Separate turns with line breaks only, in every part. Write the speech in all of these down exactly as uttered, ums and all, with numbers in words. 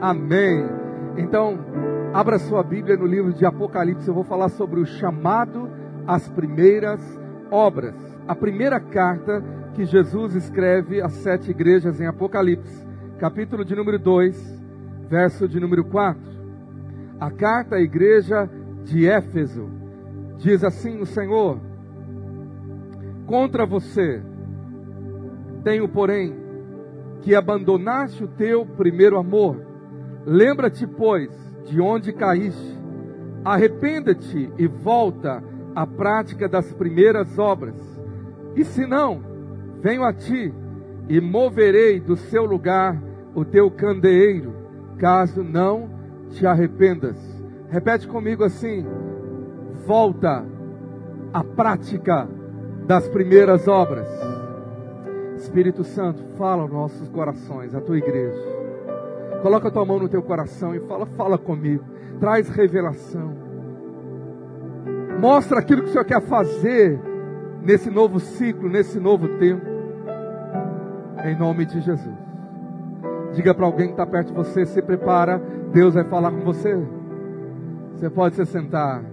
Amém. Então, abra sua Bíblia no livro de Apocalipse. Eu vou falar sobre o chamado às primeiras obras. A primeira carta que Jesus escreve às sete igrejas em Apocalipse, capítulo de número dois, verso de número quatro. A carta à igreja de Éfeso diz assim o Senhor: contra você tenho, porém, que abandonaste o teu primeiro amor. Lembra-te, pois, de onde caíste. Arrependa-te e volta à prática das primeiras obras. E se não, venho a ti e moverei do seu lugar o teu candeeiro, caso não te arrependas. Repete comigo assim: volta à prática das primeiras obras. Espírito Santo, fala aos nossos corações, a tua igreja. Coloca a tua mão no teu coração e fala, fala comigo. Traz revelação. Mostra aquilo que o Senhor quer fazer nesse novo ciclo, nesse novo tempo. Em nome de Jesus. Diga para alguém que está perto de você, se prepara, Deus vai falar com você. Você pode se sentar.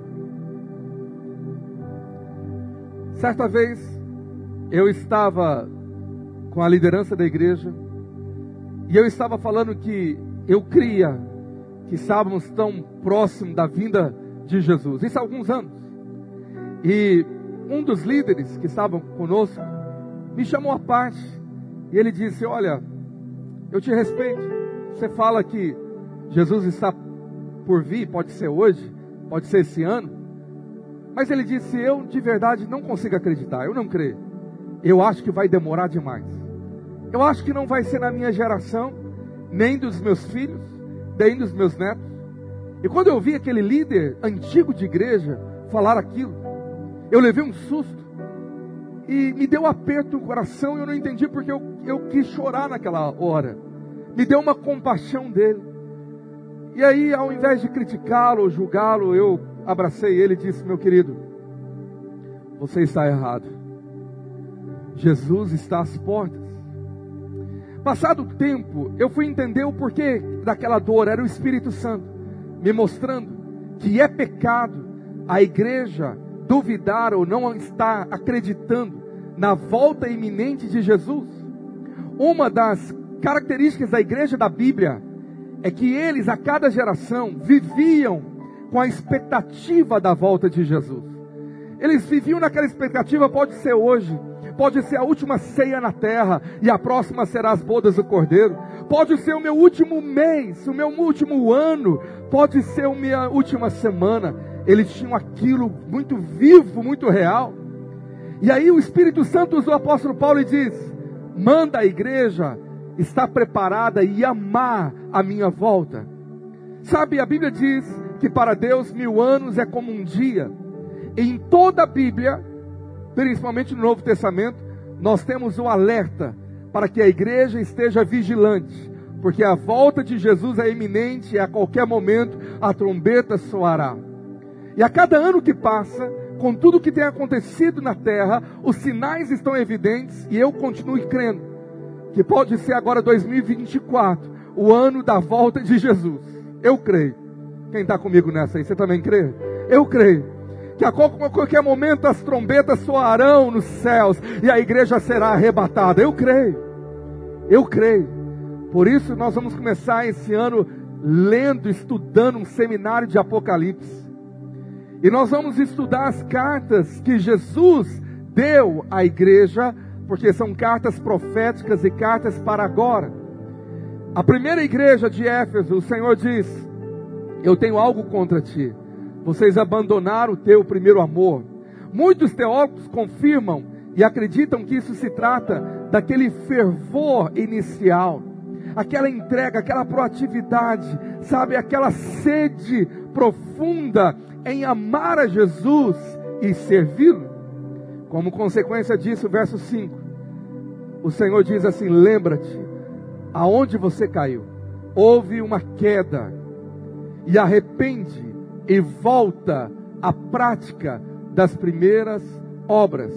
Certa vez, eu estava com a liderança da igreja, e eu estava falando que eu cria que estávamos tão próximo da vinda de Jesus. Isso há alguns anos. E um dos líderes que estavam conosco me chamou à parte. E ele disse: olha, eu te respeito. Você fala que Jesus está por vir, pode ser hoje, pode ser esse ano. Mas ele disse: eu de verdade não consigo acreditar, eu não creio. Eu acho que vai demorar demais. Eu acho que não vai ser na minha geração, nem dos meus filhos, nem dos meus netos. E quando eu vi aquele líder antigo de igreja falar aquilo, eu levei um susto. E me deu um aperto no coração e eu não entendi porque eu, eu quis chorar naquela hora. Me deu uma compaixão dele. E aí, ao invés de criticá-lo ou julgá-lo, eu abracei ele e disse: meu querido, você está errado. Jesus está às portas. Passado o tempo, eu fui entender o porquê daquela dor. Era o Espírito Santo me mostrando que é pecado a igreja duvidar ou não estar acreditando na volta iminente de Jesus. Uma das características da igreja da Bíblia é que eles, a cada geração, viviam com a expectativa da volta de Jesus. Eles viviam naquela expectativa. Pode ser hoje, pode ser a última ceia na terra e a próxima será as bodas do Cordeiro. Pode ser o meu último mês, o meu último ano, pode ser a minha última semana. Eles tinham aquilo muito vivo, muito real. E aí o Espírito Santo usou o apóstolo Paulo e diz: manda a igreja estar preparada e amar a minha volta. Sabe, a Bíblia diz que para Deus mil anos é como um dia. Em toda a Bíblia, principalmente no Novo Testamento, nós temos um alerta para que a igreja esteja vigilante, porque a volta de Jesus é iminente e a qualquer momento a trombeta soará. E a cada ano que passa, com tudo que tem acontecido na terra, os sinais estão evidentes, e eu continuo crendo que pode ser agora dois mil e vinte e quatro, o ano da volta de Jesus. Eu creio. Quem está comigo nessa aí? Você também crê? Eu creio que a qualquer momento as trombetas soarão nos céus e a igreja será arrebatada. Eu creio, eu creio. Por isso nós vamos começar esse ano lendo, estudando um seminário de Apocalipse. E nós vamos estudar as cartas que Jesus deu à igreja, porque são cartas proféticas e cartas para agora. A primeira igreja de Éfeso, o Senhor diz: eu tenho algo contra ti. Vocês abandonaram o teu primeiro amor. Muitos teólogos confirmam e acreditam que isso se trata daquele fervor inicial, aquela entrega, aquela proatividade, sabe, aquela sede profunda em amar a Jesus e servi-lo. Como consequência disso, verso cinco, o Senhor diz assim: lembra-te aonde você caiu. Houve uma queda, e arrepende e volta à prática das primeiras obras.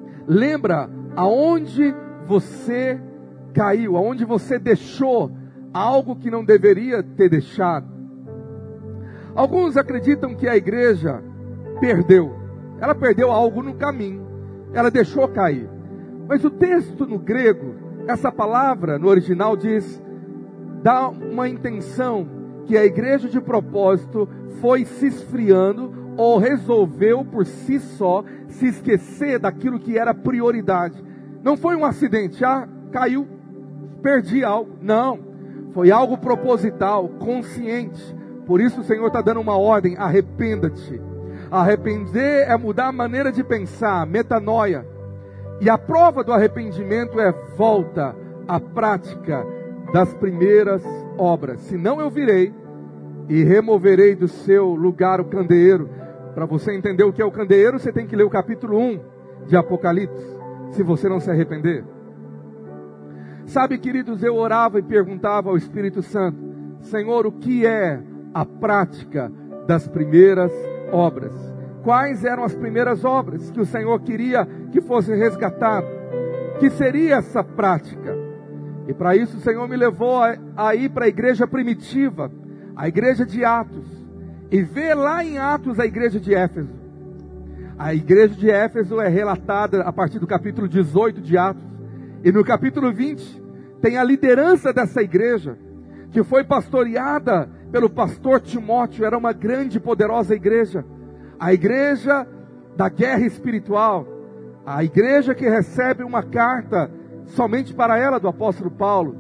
Lembra aonde você caiu, aonde você deixou algo que não deveria ter deixado. Alguns acreditam que a igreja perdeu. Ela perdeu algo no caminho. Ela deixou cair. Mas o texto no grego, essa palavra no original diz, dá uma intenção que a igreja de propósito foi se esfriando ou resolveu por si só se esquecer daquilo que era prioridade. Não foi um acidente, ah, caiu, perdi algo. Não, foi algo proposital, consciente. Por isso o Senhor está dando uma ordem: arrependa-te. Arrepender é mudar a maneira de pensar, metanoia. E a prova do arrependimento é volta à prática das primeiras obras. Senão eu virei e removerei do seu lugar o candeeiro. Para você entender o que é o candeeiro, você tem que ler o capítulo um de Apocalipse, se você não se arrepender. Sabe, queridos, eu orava e perguntava ao Espírito Santo: Senhor, o que é a prática das primeiras obras? Quais eram as primeiras obras que o Senhor queria que fosse resgatado? Que seria essa prática? E para isso o Senhor me levou a, a ir para a igreja primitiva, a igreja de Atos, e ver lá em Atos a igreja de Éfeso. A igreja de Éfeso é relatada a partir do capítulo dezoito de Atos, e no capítulo vinte tem a liderança dessa igreja, que foi pastoreada pelo pastor Timóteo. Era uma grande e poderosa igreja, a igreja da guerra espiritual, a igreja que recebe uma carta somente para ela do apóstolo Paulo.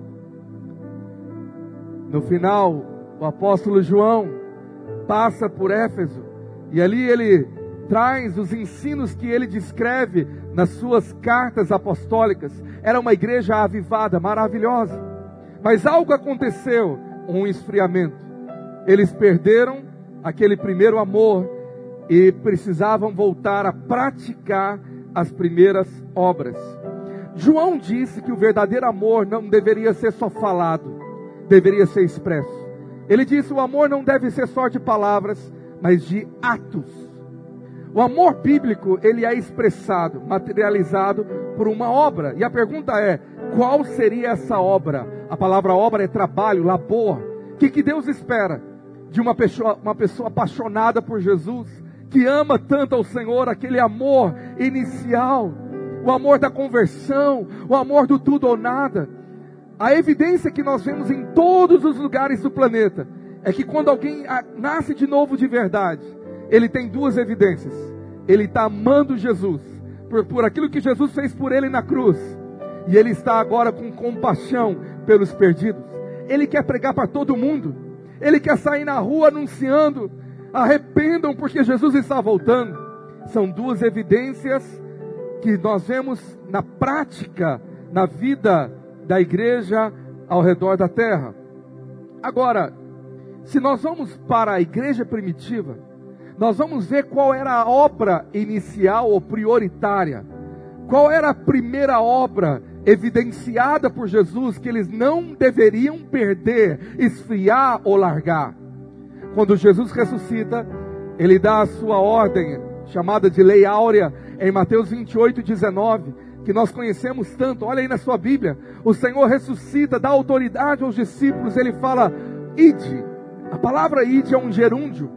No final, o apóstolo João passa por Éfeso, e ali ele traz os ensinos que ele descreve nas suas cartas apostólicas. Era uma igreja avivada, maravilhosa. Mas algo aconteceu, um esfriamento. Eles perderam aquele primeiro amor e precisavam voltar a praticar as primeiras obras. João disse que o verdadeiro amor não deveria ser só falado, deveria ser expresso. Ele disse: o amor não deve ser só de palavras, mas de atos. O amor bíblico, ele é expressado, materializado por uma obra. E a pergunta é: qual seria essa obra? A palavra obra é trabalho, labor. O que, que Deus espera de uma pessoa, uma pessoa apaixonada por Jesus, que ama tanto ao Senhor, aquele amor inicial, o amor da conversão, o amor do tudo ou nada? A evidência que nós vemos em todos os lugares do planeta é que quando alguém nasce de novo de verdade, ele tem duas evidências: ele está amando Jesus, por, por aquilo que Jesus fez por ele na cruz, e ele está agora com compaixão pelos perdidos. Ele quer pregar para todo mundo, ele quer sair na rua anunciando: arrependam porque Jesus está voltando. São duas evidências que nós vemos na prática, na vida da igreja ao redor da terra. Agora, se nós vamos para a igreja primitiva, nós vamos ver qual era a obra inicial ou prioritária. Qual era a primeira obra evidenciada por Jesus que eles não deveriam perder, esfriar ou largar? Quando Jesus ressuscita, ele dá a sua ordem, chamada de Lei Áurea, em Mateus vinte e oito, dezenove, que nós conhecemos tanto. Olha aí na sua Bíblia, o Senhor ressuscita, dá autoridade aos discípulos, ele fala: ide. A palavra ide é um gerúndio.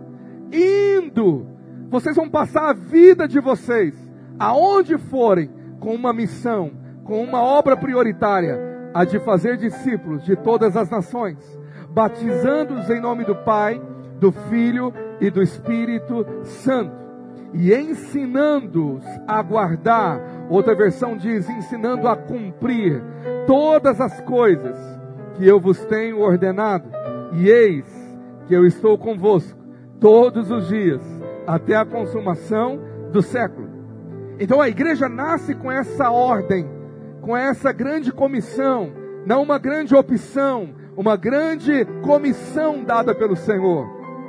Indo, vocês vão passar a vida de vocês, aonde forem, com uma missão, com uma obra prioritária, a de fazer discípulos de todas as nações, batizando-os em nome do Pai, do Filho e do Espírito Santo, e ensinando-os a guardar, outra versão diz, ensinando a cumprir todas as coisas que eu vos tenho ordenado, e eis que eu estou convosco todos os dias, até a consumação do século. Então a igreja nasce com essa ordem, com essa grande comissão, não uma grande opção, uma grande comissão dada pelo Senhor.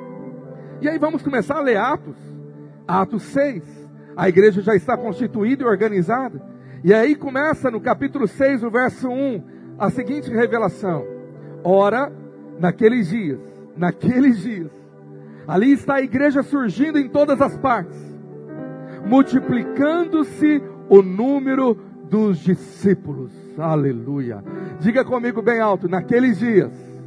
E aí vamos começar a ler Atos, Atos seis, a igreja já está constituída e organizada, e aí começa no capítulo seis, no verso um, a seguinte revelação: ora, naqueles dias, naqueles dias, ali está a igreja surgindo em todas as partes, multiplicando-se o número dos discípulos. Aleluia. Diga comigo bem alto: naqueles dias,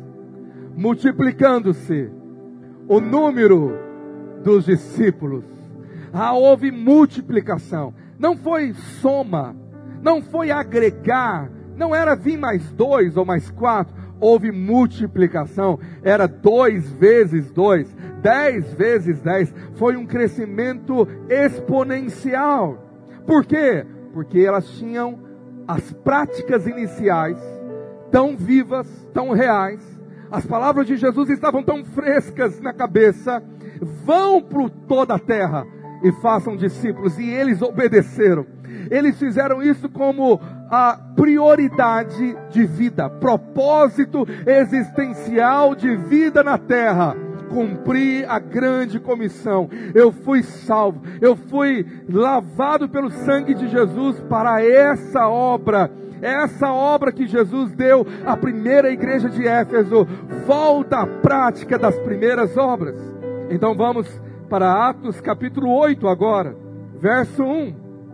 multiplicando-se o número dos discípulos. Ah, houve multiplicação. Não foi soma, não foi agregar, não era vir mais dois ou mais quatro. Houve multiplicação, era dois vezes dois, dez vezes dez. Foi um crescimento exponencial. Por quê? Porque elas tinham as práticas iniciais tão vivas, tão reais. As palavras de Jesus estavam tão frescas na cabeça. Vão por toda a terra e façam discípulos. E eles obedeceram. Eles fizeram isso como a prioridade de vida, propósito existencial de vida na terra. Cumpri a grande comissão. Eu fui salvo, eu fui lavado pelo sangue de Jesus para essa obra. Essa obra que Jesus deu à primeira igreja de Éfeso. Volta à prática das primeiras obras. Então vamos para Atos capítulo oito agora, verso um.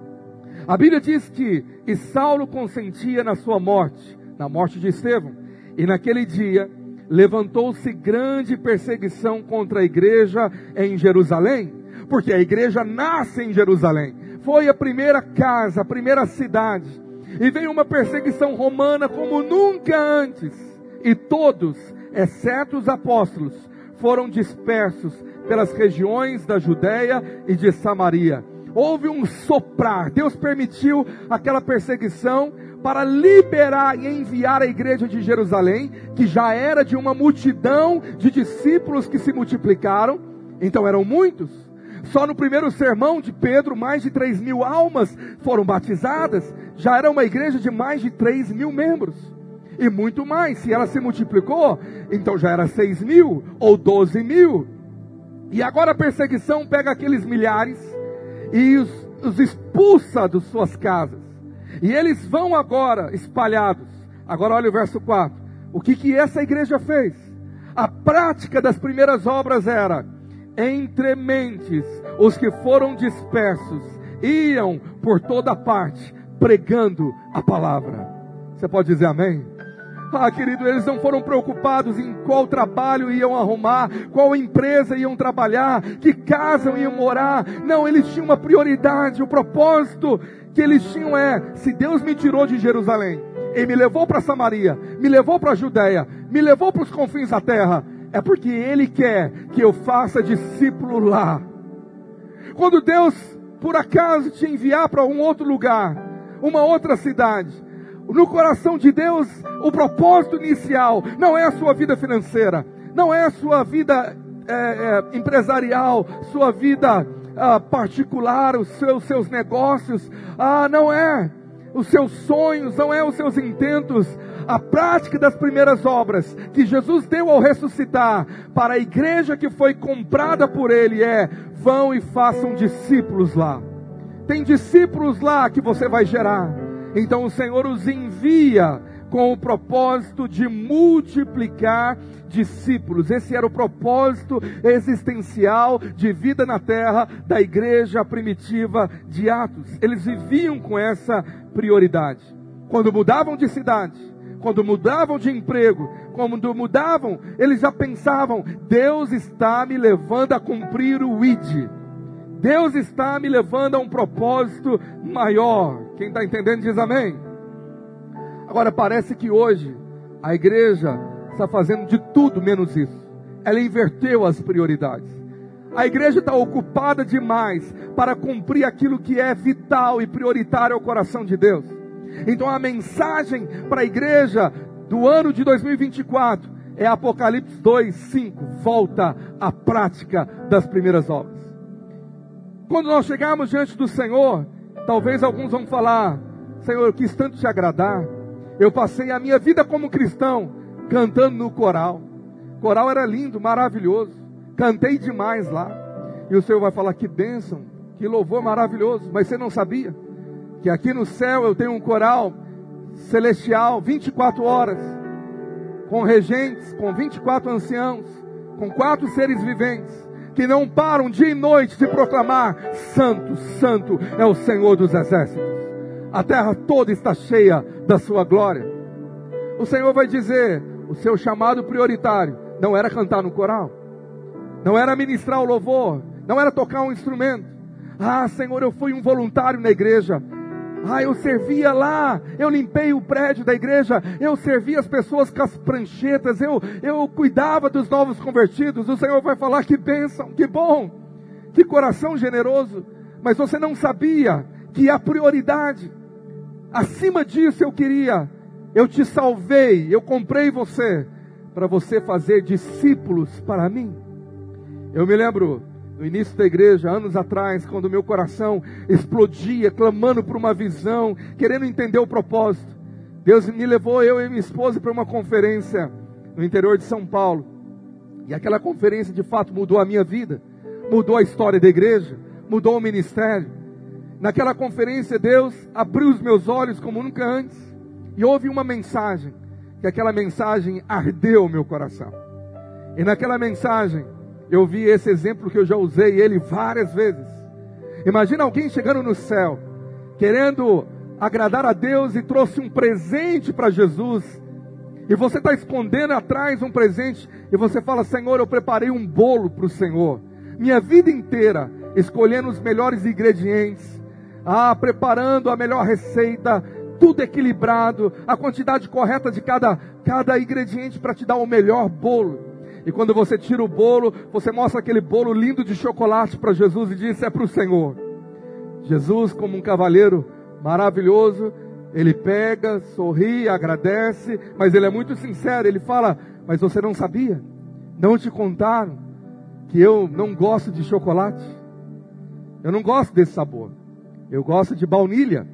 A Bíblia diz que e Saulo consentia na sua morte, na morte de Estevão. E naquele dia levantou-se grande perseguição contra a igreja em Jerusalém, porque a igreja nasce em Jerusalém. Foi a primeira casa, a primeira cidade. E veio uma perseguição romana como nunca antes. E todos, exceto os apóstolos, foram dispersos pelas regiões da Judéia e de Samaria. Houve um soprar. Deus permitiu aquela perseguição para liberar e enviar a igreja de Jerusalém, que já era de uma multidão de discípulos que se multiplicaram. Então eram muitos. Só no primeiro sermão de Pedro, mais de três mil almas foram batizadas. Já era uma igreja de mais de três mil membros. E muito mais, se ela se multiplicou, então já era seis mil ou doze mil. E agora a perseguição pega aqueles milhares e os, os expulsa das suas casas. E eles vão agora espalhados. Agora olha o verso quatro. O que que essa igreja fez? A prática das primeiras obras era: entre mentes, os que foram dispersos iam por toda parte pregando a palavra. Você pode dizer amém? Ah, querido, eles não foram preocupados em qual trabalho iam arrumar, qual empresa iam trabalhar, que casa iam morar. Não, eles tinham uma prioridade. O propósito que eles tinham é: se Deus me tirou de Jerusalém e me levou para Samaria, me levou para a Judéia, me levou para os confins da terra, é porque Ele quer que eu faça discípulo lá. Quando Deus, por acaso, te enviar para um outro lugar, uma outra cidade, no coração de Deus, o propósito inicial não é a sua vida financeira, não é a sua vida é, é, empresarial, sua vida ah, particular, os seus, seus negócios, ah, não é os seus sonhos, não é os seus intentos. A prática das primeiras obras que Jesus deu ao ressuscitar para a igreja que foi comprada por Ele é: vão e façam discípulos lá. Tem discípulos lá que você vai gerar. Então o Senhor os envia com o propósito de multiplicar discípulos. Esse era o propósito existencial de vida na terra da igreja primitiva de Atos. Eles viviam com essa prioridade. Quando mudavam de cidade, quando mudavam de emprego, quando mudavam, eles já pensavam: Deus está me levando a cumprir o I D. Deus está me levando a um propósito maior. Quem está entendendo diz amém. Agora parece que hoje a igreja está fazendo de tudo menos isso. Ela inverteu as prioridades. A igreja está ocupada demais para cumprir aquilo que é vital e prioritário ao coração de Deus. Então a mensagem para a igreja do ano de dois mil e vinte e quatro é Apocalipse dois, cinco. Volta à prática das primeiras obras. Quando nós chegarmos diante do Senhor, talvez alguns vão falar: Senhor, eu quis tanto te agradar. Eu passei a minha vida como cristão cantando no coral. O coral era lindo, maravilhoso. Cantei demais lá. E o Senhor vai falar: que bênção, que louvor maravilhoso. Mas você não sabia que aqui no céu eu tenho um coral celestial, vinte e quatro horas, com regentes, com vinte e quatro anciãos, com quatro seres viventes, que não param dia e noite de proclamar: Santo, Santo é o Senhor dos exércitos. A terra toda está cheia da sua glória. O Senhor vai dizer: o seu chamado prioritário não era cantar no coral, não era ministrar o louvor, não era tocar um instrumento. Ah, Senhor, eu fui um voluntário na igreja. Ah, eu servia lá, eu limpei o prédio da igreja, eu servia as pessoas com as pranchetas, eu, eu cuidava dos novos convertidos. O Senhor vai falar: que bênção, que bom, que coração generoso. Mas você não sabia que a prioridade, acima disso eu queria, eu te salvei, eu comprei você, para você fazer discípulos para mim. Eu me lembro, no início da igreja, anos atrás, quando o meu coração explodia, clamando por uma visão, querendo entender o propósito. Deus me levou, eu e minha esposa, para uma conferência no interior de São Paulo. E aquela conferência de fato mudou a minha vida, mudou a história da igreja, mudou o ministério. Naquela conferência Deus abriu os meus olhos como nunca antes, e houve uma mensagem, que aquela mensagem ardeu o meu coração. E naquela mensagem eu vi esse exemplo que eu já usei ele várias vezes. Imagina alguém chegando no céu, querendo agradar a Deus, e trouxe um presente para Jesus, e você está escondendo atrás um presente, e você fala: Senhor, eu preparei um bolo para o Senhor, minha vida inteira, escolhendo os melhores ingredientes, ah, preparando a melhor receita, tudo equilibrado, a quantidade correta de cada, cada ingrediente para te dar o melhor bolo. E quando você tira o bolo, você mostra aquele bolo lindo de chocolate para Jesus e diz: é para o Senhor. Jesus, como um cavalheiro maravilhoso, ele pega, sorri, agradece, mas ele é muito sincero, ele fala: mas você não sabia? Não te contaram que eu não gosto de chocolate? Eu não gosto desse sabor, eu gosto de baunilha.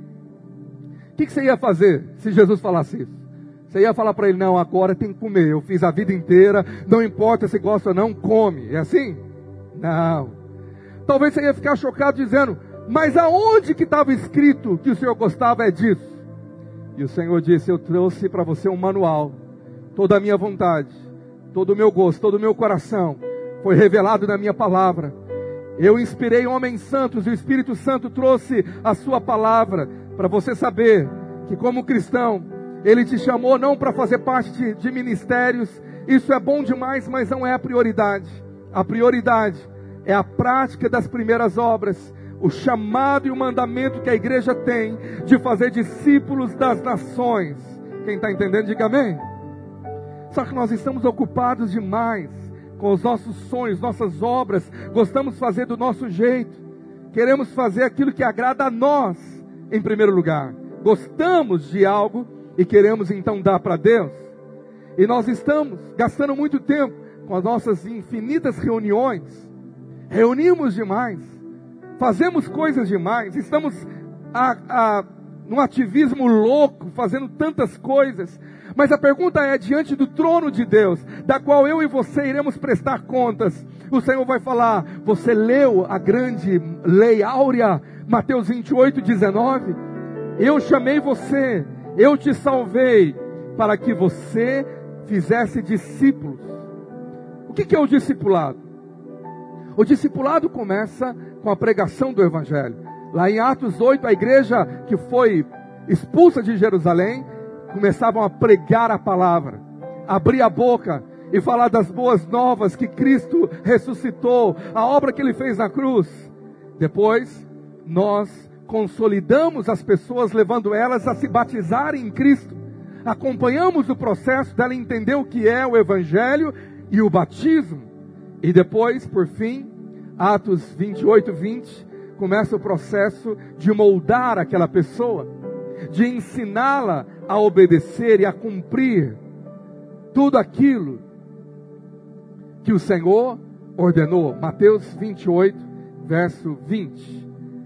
O que, que você ia fazer se Jesus falasse isso? Você ia falar para ele: não, agora tem que comer, eu fiz a vida inteira, não importa se gosta ou não, come. É assim? Não. Talvez você ia ficar chocado dizendo: mas aonde que estava escrito que o Senhor gostava é disso? E o Senhor disse: eu trouxe para você um manual, toda a minha vontade, todo o meu gosto, todo o meu coração foi revelado na minha palavra. Eu inspirei homens santos, e o Espírito Santo trouxe a sua palavra, para você saber que como cristão, Ele te chamou não para fazer parte de, de ministérios. Isso é bom demais, mas não é a prioridade. A prioridade é a prática das primeiras obras, o chamado e o mandamento que a igreja tem de fazer discípulos das nações. Quem está entendendo, diga amém. Só que nós estamos ocupados demais com os nossos sonhos, nossas obras, gostamos de fazer do nosso jeito, queremos fazer aquilo que agrada a nós em primeiro lugar, gostamos de algo e queremos então dar para Deus, e nós estamos gastando muito tempo com as nossas infinitas reuniões, reunimos demais, fazemos coisas demais, estamos a, a, num ativismo louco, fazendo tantas coisas. Mas a pergunta é, diante do trono de Deus, da qual eu e você iremos prestar contas, o Senhor vai falar: você leu a grande lei áurea, Mateus vinte e oito, dezenove? Eu chamei você, eu te salvei, para que você fizesse discípulos. O que é o discipulado? O discipulado começa com a pregação do Evangelho. Lá em Atos oito, a igreja que foi expulsa de Jerusalém, começavam a pregar a palavra, abrir a boca e falar das boas novas, que Cristo ressuscitou, a obra que Ele fez na cruz. Depois, nós consolidamos as pessoas, levando elas a se batizarem em Cristo. Acompanhamos o processo dela entender o que é o Evangelho e o batismo. E depois, por fim, Atos vinte e oito, vinte, começa o processo de moldar aquela pessoa, de ensiná-la a obedecer e a cumprir tudo aquilo que o Senhor ordenou. Mateus vinte e oito, verso vinte.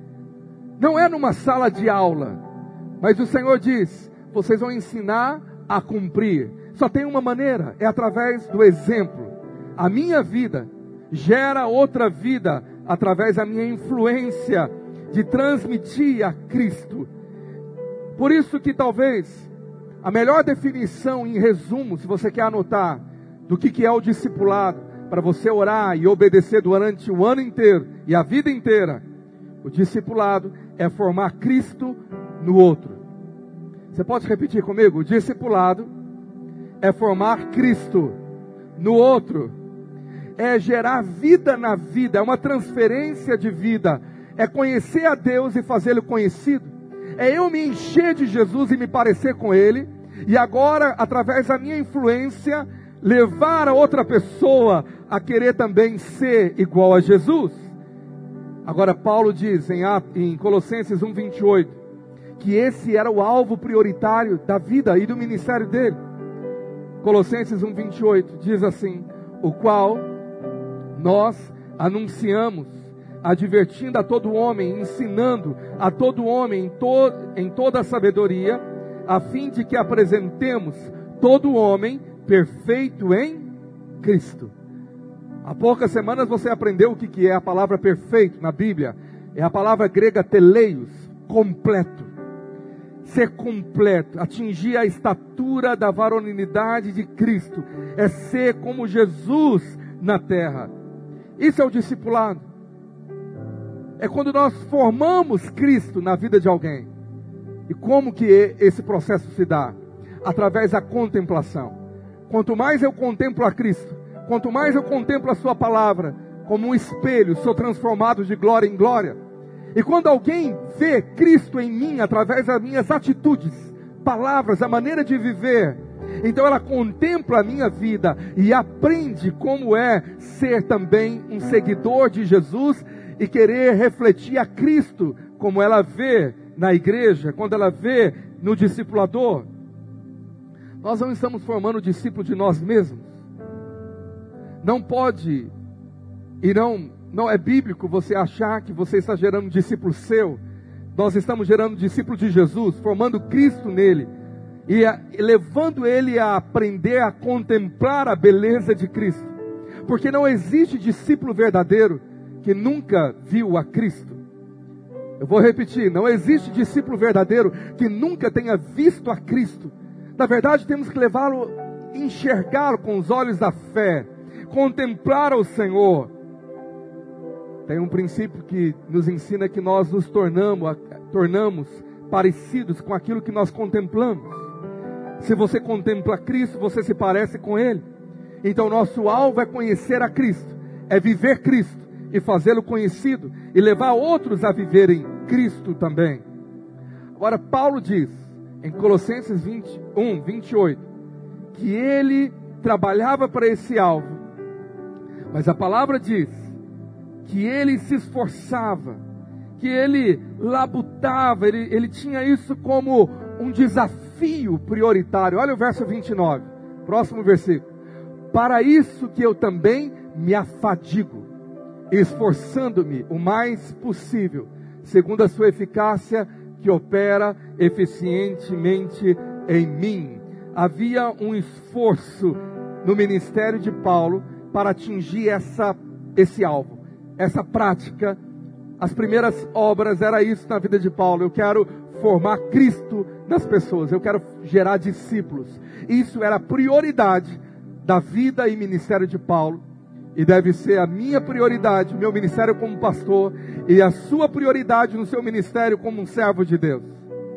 Não é numa sala de aula, mas o Senhor diz: vocês vão ensinar a cumprir. Só tem uma maneira, é através do exemplo. A minha vida gera outra vida através da minha influência de transmitir a Cristo. Por isso que talvez a melhor definição, em resumo, se você quer anotar, do que, que é o discipulado, para você orar e obedecer durante o ano inteiro e a vida inteira, o discipulado é formar Cristo no outro. Você pode repetir comigo? O discipulado é formar Cristo no outro. É gerar vida na vida, é uma transferência de vida. É conhecer a Deus e fazê-lo conhecido. É eu me encher de Jesus e me parecer com Ele. E agora, através da minha influência, levar a outra pessoa a querer também ser igual a Jesus. Agora Paulo diz em, em Colossenses um, vinte e oito, que esse era o alvo prioritário da vida e do ministério dele. Colossenses um, vinte e oito diz assim: o qual nós anunciamos, advertindo a todo homem, ensinando a todo homem em, to, em toda a sabedoria, a fim de que apresentemos todo homem perfeito em Cristo. Há poucas semanas você aprendeu o que é a palavra perfeito na Bíblia. É a palavra grega teleios, completo. Ser completo, atingir a estatura da varonilidade de Cristo. É ser como Jesus na terra. Isso é o discipulado. É quando nós formamos Cristo na vida de alguém. E como que esse processo se dá? Através da contemplação. Quanto mais eu contemplo a Cristo, quanto mais eu contemplo a sua palavra, como um espelho, sou transformado de glória em glória. E quando alguém vê Cristo em mim, através das minhas atitudes, palavras, a maneira de viver, então ela contempla a minha vida e aprende como é ser também um seguidor de Jesus e querer refletir a Cristo, como ela vê na igreja, quando ela vê no discipulador. Nós não estamos formando discípulo de nós mesmos. Não pode, e não, não é bíblico você achar que você está gerando um discípulo seu. Nós estamos gerando um discípulo de Jesus, formando Cristo nele, e, a, e levando ele a aprender a contemplar a beleza de Cristo. Porque não existe discípulo verdadeiro que nunca viu a Cristo. Eu vou repetir, não existe discípulo verdadeiro que nunca tenha visto a Cristo. Na verdade, temos que levá-lo, enxergá-lo com os olhos da fé, contemplar o Senhor. Tem um princípio que nos ensina que nós nos tornamos, tornamos parecidos com aquilo que nós contemplamos. Se você contempla Cristo, você se parece com Ele. Então nosso alvo é conhecer a Cristo, é viver Cristo e fazê-lo conhecido e levar outros a viverem Cristo também. Agora Paulo diz em Colossenses vinte e um, vinte e oito, que ele trabalhava para esse alvo, mas a palavra diz que ele se esforçava, que ele labutava, ele, ele tinha isso como um desafio prioritário. Olha o verso vinte e nove, próximo versículo. Para isso que eu também me afadigo, esforçando-me o mais possível, segundo a sua eficácia que opera eficientemente em mim. Havia um esforço no ministério de Paulo para atingir essa, esse alvo, essa prática. As primeiras obras era isso na vida de Paulo. Eu quero formar Cristo nas pessoas, eu quero gerar discípulos. Isso era a prioridade da vida e ministério de Paulo. E deve ser a minha prioridade, meu ministério como pastor, e a sua prioridade no seu ministério como um servo de Deus.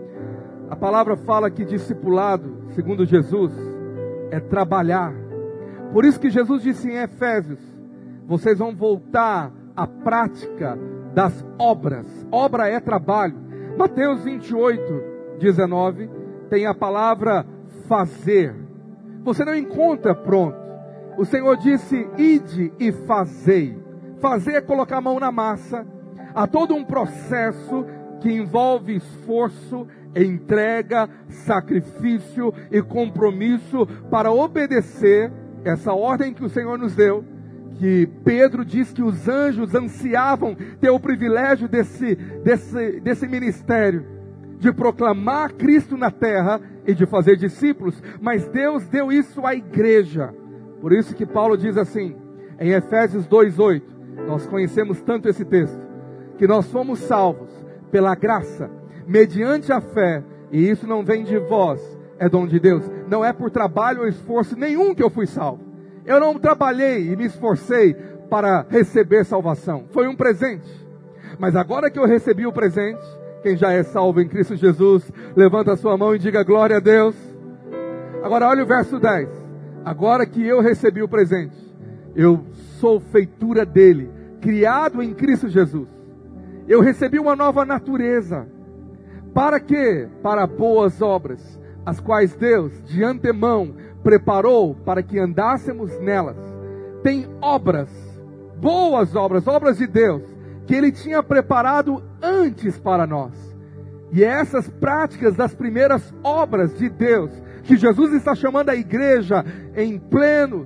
A palavra fala que discipulado, segundo Jesus, é trabalhar. Por isso que Jesus disse em Efésios, vocês vão voltar à prática das obras. Obra é trabalho. Mateus vinte e oito, dezenove, tem a palavra fazer. Você não encontra pronto. O Senhor disse, ide e fazei. Fazer é colocar a mão na massa. Há todo um processo que envolve esforço, entrega, sacrifício e compromisso para obedecer essa ordem que o Senhor nos deu. Que Pedro diz que os anjos ansiavam ter o privilégio desse, desse, desse ministério, de proclamar Cristo na terra e de fazer discípulos. Mas Deus deu isso à igreja. Por isso que Paulo diz assim, em Efésios dois, oito, nós conhecemos tanto esse texto, que nós fomos salvos pela graça, mediante a fé, e isso não vem de vós, é dom de Deus. Não é por trabalho ou esforço nenhum que eu fui salvo. Eu não trabalhei e me esforcei para receber salvação. Foi um presente. Mas agora que eu recebi o presente, quem já é salvo em Cristo Jesus, levanta a sua mão e diga glória a Deus. Agora olha o verso dez. Agora que eu recebi o presente, eu sou feitura dele, criado em Cristo Jesus. Eu recebi uma nova natureza. Para quê? Para boas obras, as quais Deus de antemão preparou para que andássemos nelas. Tem obras, boas obras, obras de Deus, que Ele tinha preparado antes para nós. E é essas práticas das primeiras obras de Deus que Jesus está chamando a igreja em pleno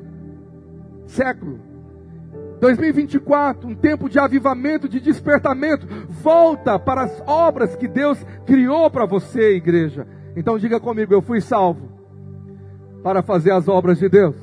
século. dois mil e vinte e quatro, um tempo de avivamento, de despertamento. Volta para as obras que Deus criou para você, igreja. Então diga comigo, eu fui salvo para fazer as obras de Deus.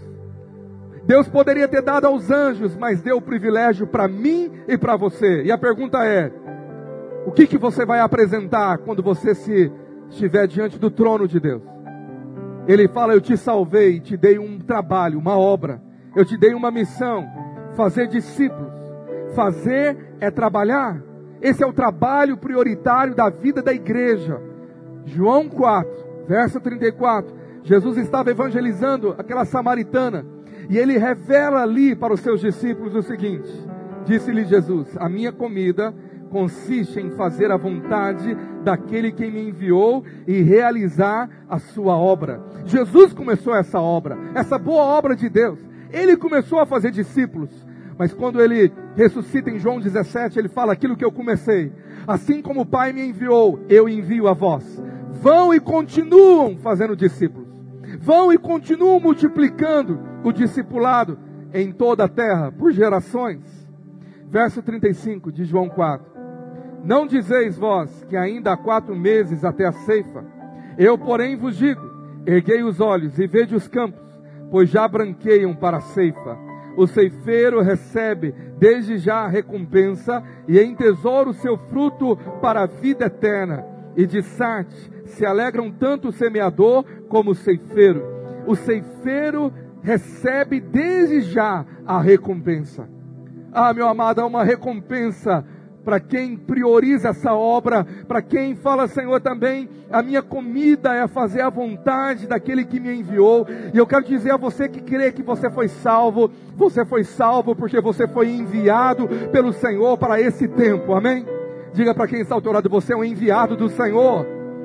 Deus poderia ter dado aos anjos, mas deu o privilégio para mim e para você. E a pergunta é, o que, que você vai apresentar quando você se estiver diante do trono de Deus? Ele fala, eu te salvei, te dei um trabalho, uma obra. Eu te dei uma missão, fazer discípulos. Fazer é trabalhar. Esse é o trabalho prioritário da vida da igreja. João quatro, verso trinta e quatro. Jesus estava evangelizando aquela samaritana. E ele revela ali para os seus discípulos o seguinte. Disse-lhe Jesus, a minha comida consiste em fazer a vontade daquele que me enviou e realizar a sua obra. Jesus começou essa obra, essa boa obra de Deus. Ele começou a fazer discípulos. Mas quando ele ressuscita em João dezessete, ele fala aquilo que eu comecei. Assim como o Pai me enviou, eu envio a vós. Vão e continuam fazendo discípulos. Vão e continuam multiplicando o discipulado em toda a terra, por gerações. Verso trinta e cinco de João quatro. Não dizeis vós que ainda há quatro meses até a ceifa? Eu, porém, vos digo, erguei os olhos e vede os campos, pois já branqueiam para a ceifa. O ceifeiro recebe desde já a recompensa e entesoura o seu fruto para a vida eterna. E de Sarte se alegram tanto o semeador como o ceifeiro. O ceifeiro recebe desde já a recompensa. Ah, meu amado, há uma recompensa para quem prioriza essa obra, para quem fala, Senhor, também, a minha comida é fazer a vontade daquele que me enviou. E eu quero dizer a você que crê que você foi salvo, você foi salvo porque você foi enviado pelo Senhor para esse tempo, amém? Diga para quem está ao teu lado, você é um enviado do Senhor.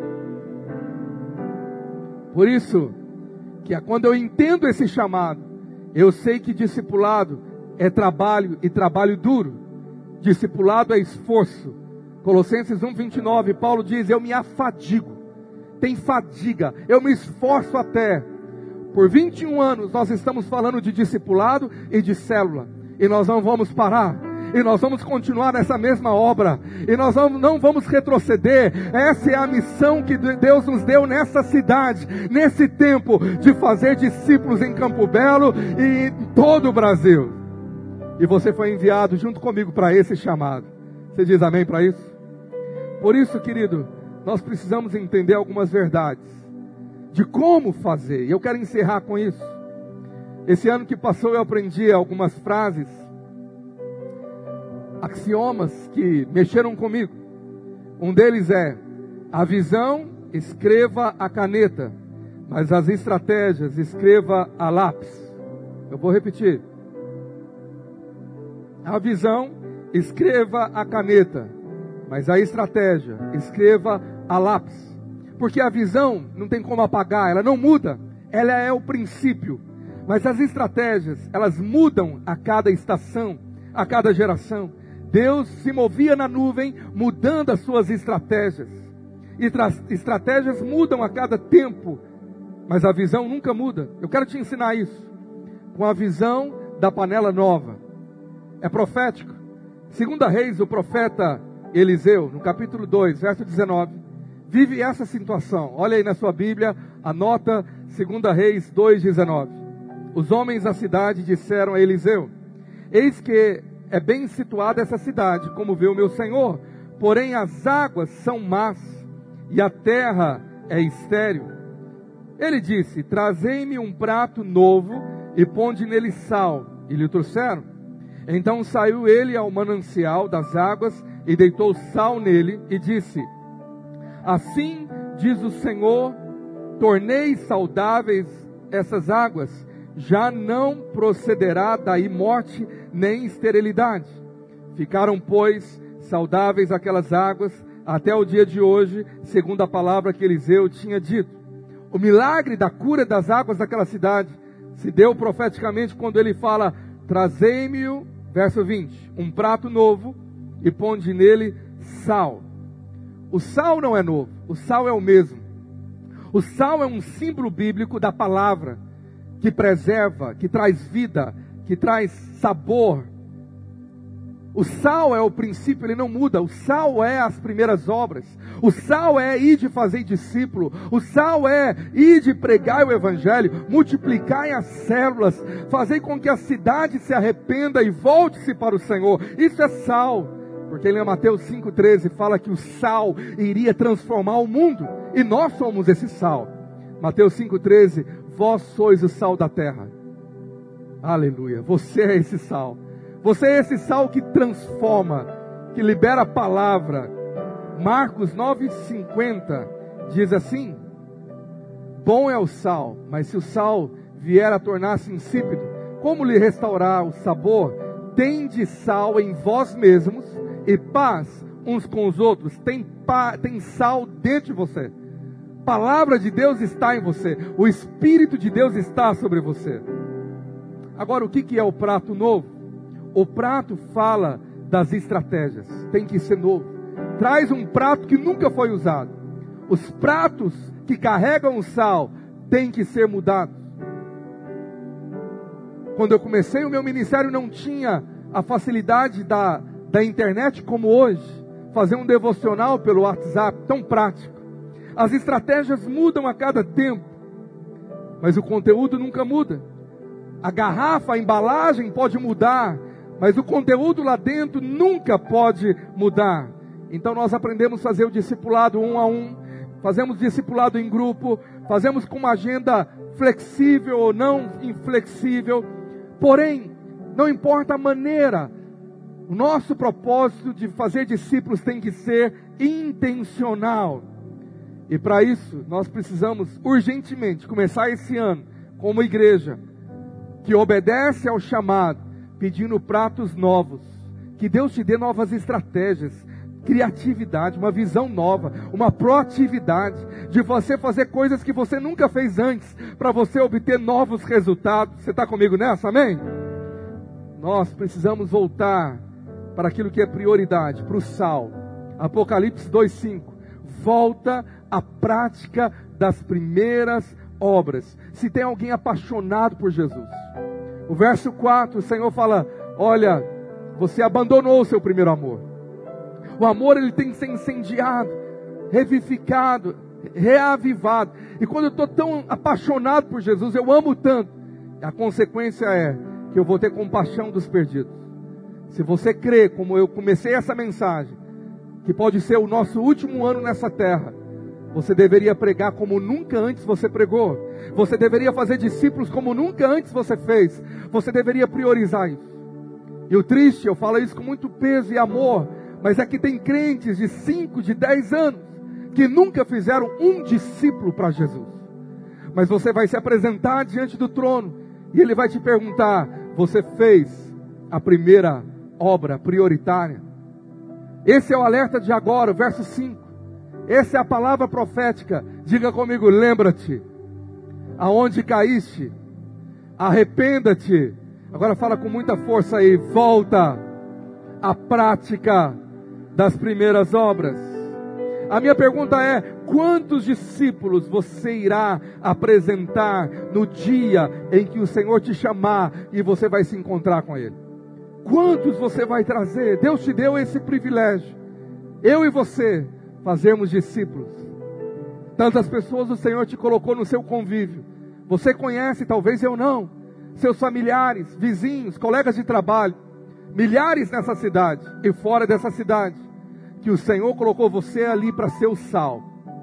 Por isso, que quando eu entendo esse chamado, eu sei que discipulado é trabalho e trabalho duro. Discipulado é esforço. Colossenses um, vinte e nove, Paulo diz, eu me afadigo. Tem fadiga, eu me esforço até. Por vinte e um anos nós estamos falando de discipulado e de célula. E nós não vamos parar. E nós vamos continuar nessa mesma obra. E nós não vamos retroceder. Essa é a missão que Deus nos deu nessa cidade, nesse tempo, de fazer discípulos em Campo Belo e em todo o Brasil. E você foi enviado junto comigo para esse chamado. Você diz amém para isso? Por isso, querido, nós precisamos entender algumas verdades de como fazer. E eu quero encerrar com isso. Esse ano que passou eu aprendi algumas frases, axiomas que mexeram comigo. Um deles é, a visão escreva a caneta, mas as estratégias escreva a lápis. Eu vou repetir. A visão, escreva a caneta, mas a estratégia, escreva a lápis. Porque a visão não tem como apagar, ela não muda, ela é o princípio. Mas as estratégias, elas mudam a cada estação, a cada geração. Deus se movia na nuvem, mudando as suas estratégias. E estratégias mudam a cada tempo, mas a visão nunca muda. Eu quero te ensinar isso, com a visão da panela nova. É profético. Segunda Reis, o profeta Eliseu, no capítulo dois, verso dezenove, vive essa situação. Olha aí na sua Bíblia, anota Segunda Reis dois, dezenove. Os homens da cidade disseram a Eliseu, eis que é bem situada essa cidade, como vê o meu senhor, porém as águas são más, e a terra é estéril. Ele disse, trazei-me um prato novo, e ponde nele sal, e lhe trouxeram. Então saiu ele ao manancial das águas e deitou sal nele e disse, assim diz o Senhor, tornei saudáveis essas águas já não procederá daí morte nem esterilidade. Ficaram, pois, saudáveis aquelas águas até o dia de hoje, segundo a palavra que Eliseu tinha dito. O milagre da cura das águas daquela cidade se deu profeticamente quando ele fala: trazei-me, verso vinte, um prato novo e ponde nele sal. O sal não é novo, o sal é o mesmo. O sal é um símbolo bíblico da palavra, que preserva, que traz vida, que traz sabor. O sal é o princípio, ele não muda. O sal é as primeiras obras. O sal é ir de fazer discípulo. O sal é ir de pregar o evangelho, multiplicar as células, fazer com que a cidade se arrependa e volte-se para o Senhor. Isso é sal. Porque em Mateus cinco, treze fala que o sal iria transformar o mundo. E nós somos esse sal. Mateus cinco, treze, vós sois o sal da terra. Aleluia, você é esse sal. Você é esse sal que transforma, que libera a palavra. Marcos nove, cinquenta diz assim: bom é o sal, mas se o sal vier a tornar-se insípido, como lhe restaurar o sabor? Tende sal em vós mesmos e paz uns com os outros. Tem, pa, tem sal dentro de você. A palavra de Deus está em você. O Espírito de Deus está sobre você. Agora, o que, que é o prato novo? O prato fala das estratégias. Tem que ser novo. Traz um prato que nunca foi usado. Os pratos que carregam o sal têm que ser mudados. Quando eu comecei o meu ministério, não tinha a facilidade da, da internet como hoje. Fazer um devocional pelo WhatsApp, tão prático. As estratégias mudam a cada tempo, mas o conteúdo nunca muda. A garrafa, a embalagem pode mudar, mas o conteúdo lá dentro nunca pode mudar. Então nós aprendemos a fazer o discipulado um a um, fazemos discipulado em grupo, fazemos com uma agenda flexível ou não inflexível. Porém, não importa a maneira, o nosso propósito de fazer discípulos tem que ser intencional. E para isso, nós precisamos urgentemente começar esse ano como igreja que obedece ao chamado, pedindo pratos novos. Que Deus te dê novas estratégias, criatividade, uma visão nova, uma proatividade de você fazer coisas que você nunca fez antes, para você obter novos resultados. Você está comigo nessa, amém? Nós precisamos voltar para aquilo que é prioridade, para o sal. Apocalipse dois, cinco. Volta à prática das primeiras obras. Se tem alguém apaixonado por Jesus. O verso quatro, o Senhor fala: olha, você abandonou o seu primeiro amor. O amor, ele tem que ser incendiado, revivificado, reavivado. E quando eu estou tão apaixonado por Jesus, eu amo tanto, a consequência é que eu vou ter compaixão dos perdidos. Se você crê, como eu comecei essa mensagem, que pode ser o nosso último ano nessa terra, você deveria pregar como nunca antes você pregou. Você deveria fazer discípulos como nunca antes você fez. Você deveria priorizar isso. E o triste, eu falo isso com muito peso e amor, mas é que tem crentes de cinco, de dez anos, que nunca fizeram um discípulo para Jesus. Mas você vai se apresentar diante do trono, e Ele vai te perguntar: você fez a primeira obra prioritária? Esse é o alerta de agora, o verso cinco. Essa é a palavra profética. Diga comigo: lembra-te aonde caíste, arrependa-te. Agora fala com muita força aí: volta à prática das primeiras obras. A minha pergunta é: quantos discípulos você irá apresentar no dia em que o Senhor te chamar e você vai se encontrar com Ele? Quantos você vai trazer? Deus te deu esse privilégio, eu e você, fazermos discípulos. Tantas pessoas o Senhor te colocou no seu convívio. Você conhece, talvez eu não, seus familiares, vizinhos, colegas de trabalho, milhares nessa cidade e fora dessa cidade, que o Senhor colocou você ali para ser o sal.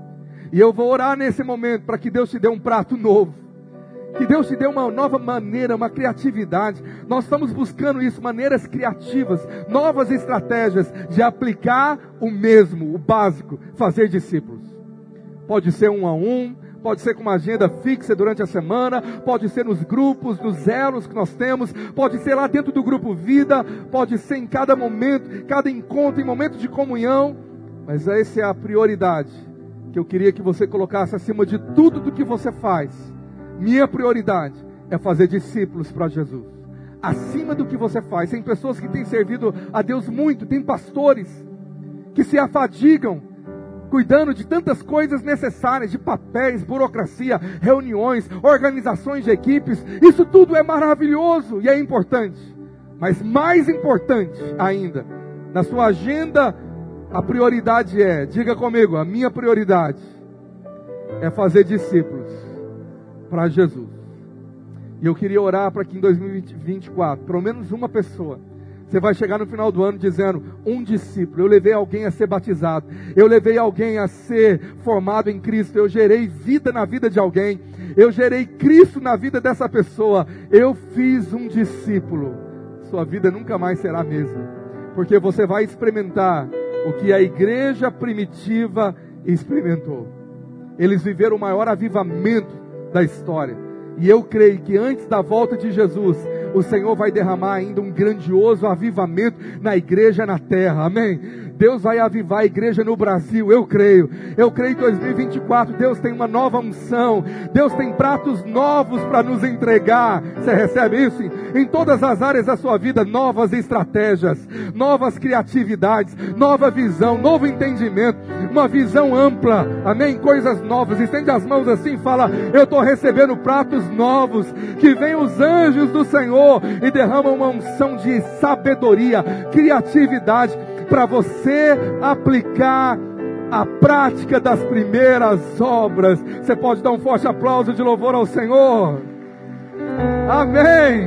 E eu vou orar nesse momento para que Deus te dê um prato novo, que Deus te dê uma nova maneira, uma criatividade. Nós estamos buscando isso, maneiras criativas, novas estratégias de aplicar o mesmo, o básico, fazer discípulos. Pode ser um a um, Pode ser com uma agenda fixa durante a semana, pode ser nos grupos, nos elos que nós temos, pode ser lá dentro do grupo Vida, pode ser em cada momento, cada encontro, em momento de comunhão. Mas essa é a prioridade que eu queria que você colocasse acima de tudo do que você faz. Minha prioridade é fazer discípulos para Jesus. Acima do que você faz. Tem pessoas que têm servido a Deus muito, tem pastores que se afadigam cuidando de tantas coisas necessárias, de papéis, burocracia, reuniões, organizações de equipes. Isso tudo é maravilhoso e é importante. Mas mais importante ainda, na sua agenda, a prioridade é, diga comigo, a minha prioridade é fazer discípulos para Jesus. E eu queria orar para que em dois mil e vinte e quatro, pelo menos uma pessoa, você vai chegar no final do ano dizendo, um discípulo, eu levei alguém a ser batizado, eu levei alguém a ser formado em Cristo, eu gerei vida na vida de alguém, eu gerei Cristo na vida dessa pessoa, eu fiz um discípulo. Sua vida nunca mais será a mesma, porque você vai experimentar o que a igreja primitiva experimentou. Eles viveram o maior avivamento da história, e eu creio que antes da volta de Jesus, o Senhor vai derramar ainda um grandioso avivamento na igreja na terra, amém? Deus vai avivar a igreja no Brasil, eu creio. Eu creio que em dois mil e vinte e quatro Deus tem uma nova unção, Deus tem pratos novos para nos entregar. Você recebe isso? Em todas as áreas da sua vida, novas estratégias, novas criatividades, nova visão, novo entendimento, uma visão ampla, amém? Coisas novas. Estende as mãos assim e fala, eu estou recebendo pratos novos, que vem os anjos do Senhor e derramam uma unção de sabedoria, criatividade, para você aplicar a prática das primeiras obras. Você pode dar um forte aplauso de louvor ao Senhor? Amém.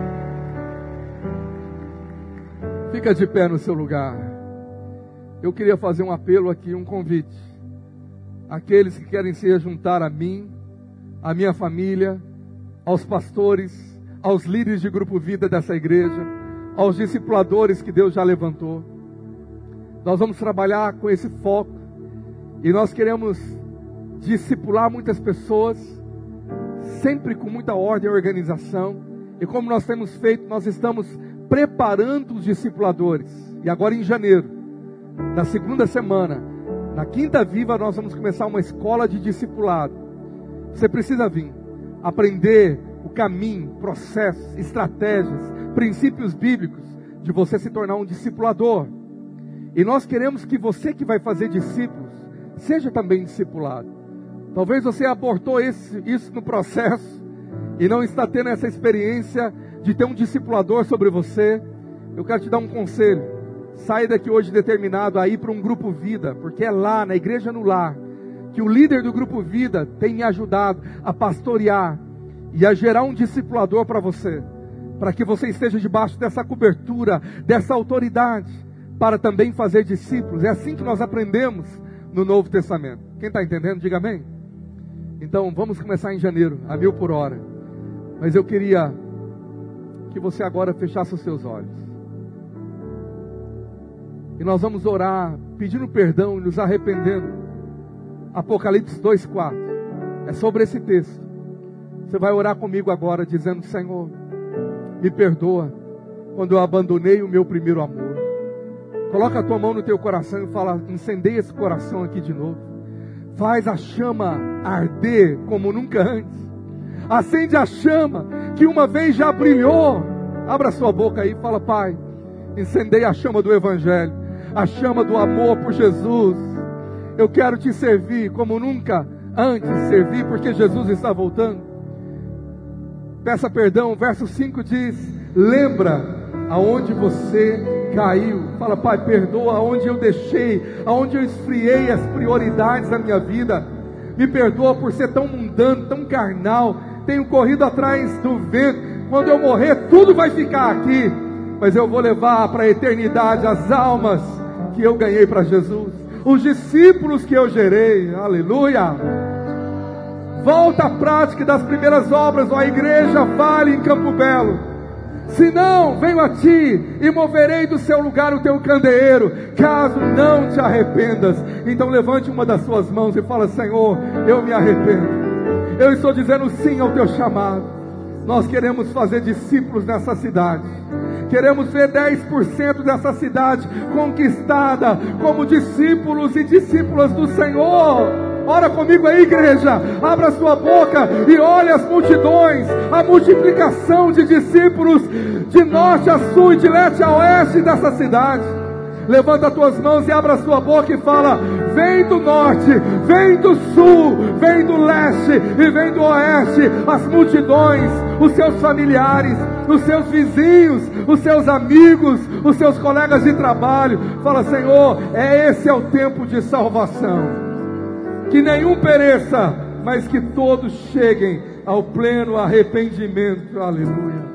Fica de pé no seu lugar. Eu queria fazer um apelo aqui, um convite. Aqueles que querem se juntar a mim, a minha família, aos pastores, aos líderes de grupo Vida dessa igreja, aos discipuladores que Deus já levantou. Nós vamos trabalhar com esse foco e nós queremos discipular muitas pessoas, sempre com muita ordem e organização. E como nós temos feito, nós estamos preparando os discipuladores. E agora em janeiro, na segunda semana, na Quinta Viva, nós vamos começar uma escola de discipulado. Você precisa vir aprender o caminho, processos, estratégias, princípios bíblicos de você se tornar um discipulador. E nós queremos que você que vai fazer discípulos, seja também discipulado. Talvez você abortou esse, isso no processo, e não está tendo essa experiência de ter um discipulador sobre você. Eu quero te dar um conselho. Saia daqui hoje determinado a ir para um grupo Vida, porque é lá, na igreja no lar, que o líder do grupo Vida tem me ajudado a pastorear e a gerar um discipulador para você, para que você esteja debaixo dessa cobertura, dessa autoridade, para também fazer discípulos. É assim que nós aprendemos no Novo Testamento. Quem está entendendo, diga amém. Então vamos começar em janeiro, a mil por hora. Mas eu queria que você agora fechasse os seus olhos. E nós vamos orar, pedindo perdão e nos arrependendo. Apocalipse dois, quatro. É sobre esse texto. Você vai orar comigo agora, dizendo, Senhor, me perdoa quando eu abandonei o meu primeiro amor. Coloca a tua mão no teu coração e fala, incendeia esse coração aqui de novo. Faz a chama arder como nunca antes. Acende a chama que uma vez já brilhou. Abra sua boca aí e fala, Pai, incendeia a chama do Evangelho, a chama do amor por Jesus. Eu quero te servir como nunca antes servi, porque Jesus está voltando. Peça perdão, verso cinco diz, lembra aonde você caiu. Fala, Pai, perdoa aonde eu deixei, aonde eu esfriei as prioridades da minha vida. Me perdoa por ser tão mundano, tão carnal. Tenho corrido atrás do vento. Quando eu morrer, tudo vai ficar aqui, mas eu vou levar para a eternidade as almas que eu ganhei para Jesus, os discípulos que eu gerei. Aleluia. Volta à prática das primeiras obras, ó igreja Vale em Campo Belo. Se não, venho a ti e moverei do seu lugar o teu candeeiro, caso não te arrependas. Então levante uma das suas mãos e fala, Senhor, eu me arrependo. Eu estou dizendo sim ao teu chamado. Nós queremos fazer discípulos nessa cidade. Queremos ver dez por cento dessa cidade conquistada como discípulos e discípulas do Senhor. Ora comigo aí, igreja. Abra sua boca e olhe as multidões, a multiplicação de discípulos de norte a sul e de leste a oeste dessa cidade. Levanta as tuas mãos e abra a sua boca e fala: vem do norte, vem do sul, vem do leste e vem do oeste. As multidões, os seus familiares, os seus vizinhos, os seus amigos, os seus colegas de trabalho. Fala: Senhor, é esse é o tempo de salvação. Que nenhum pereça, mas que todos cheguem ao pleno arrependimento. Aleluia.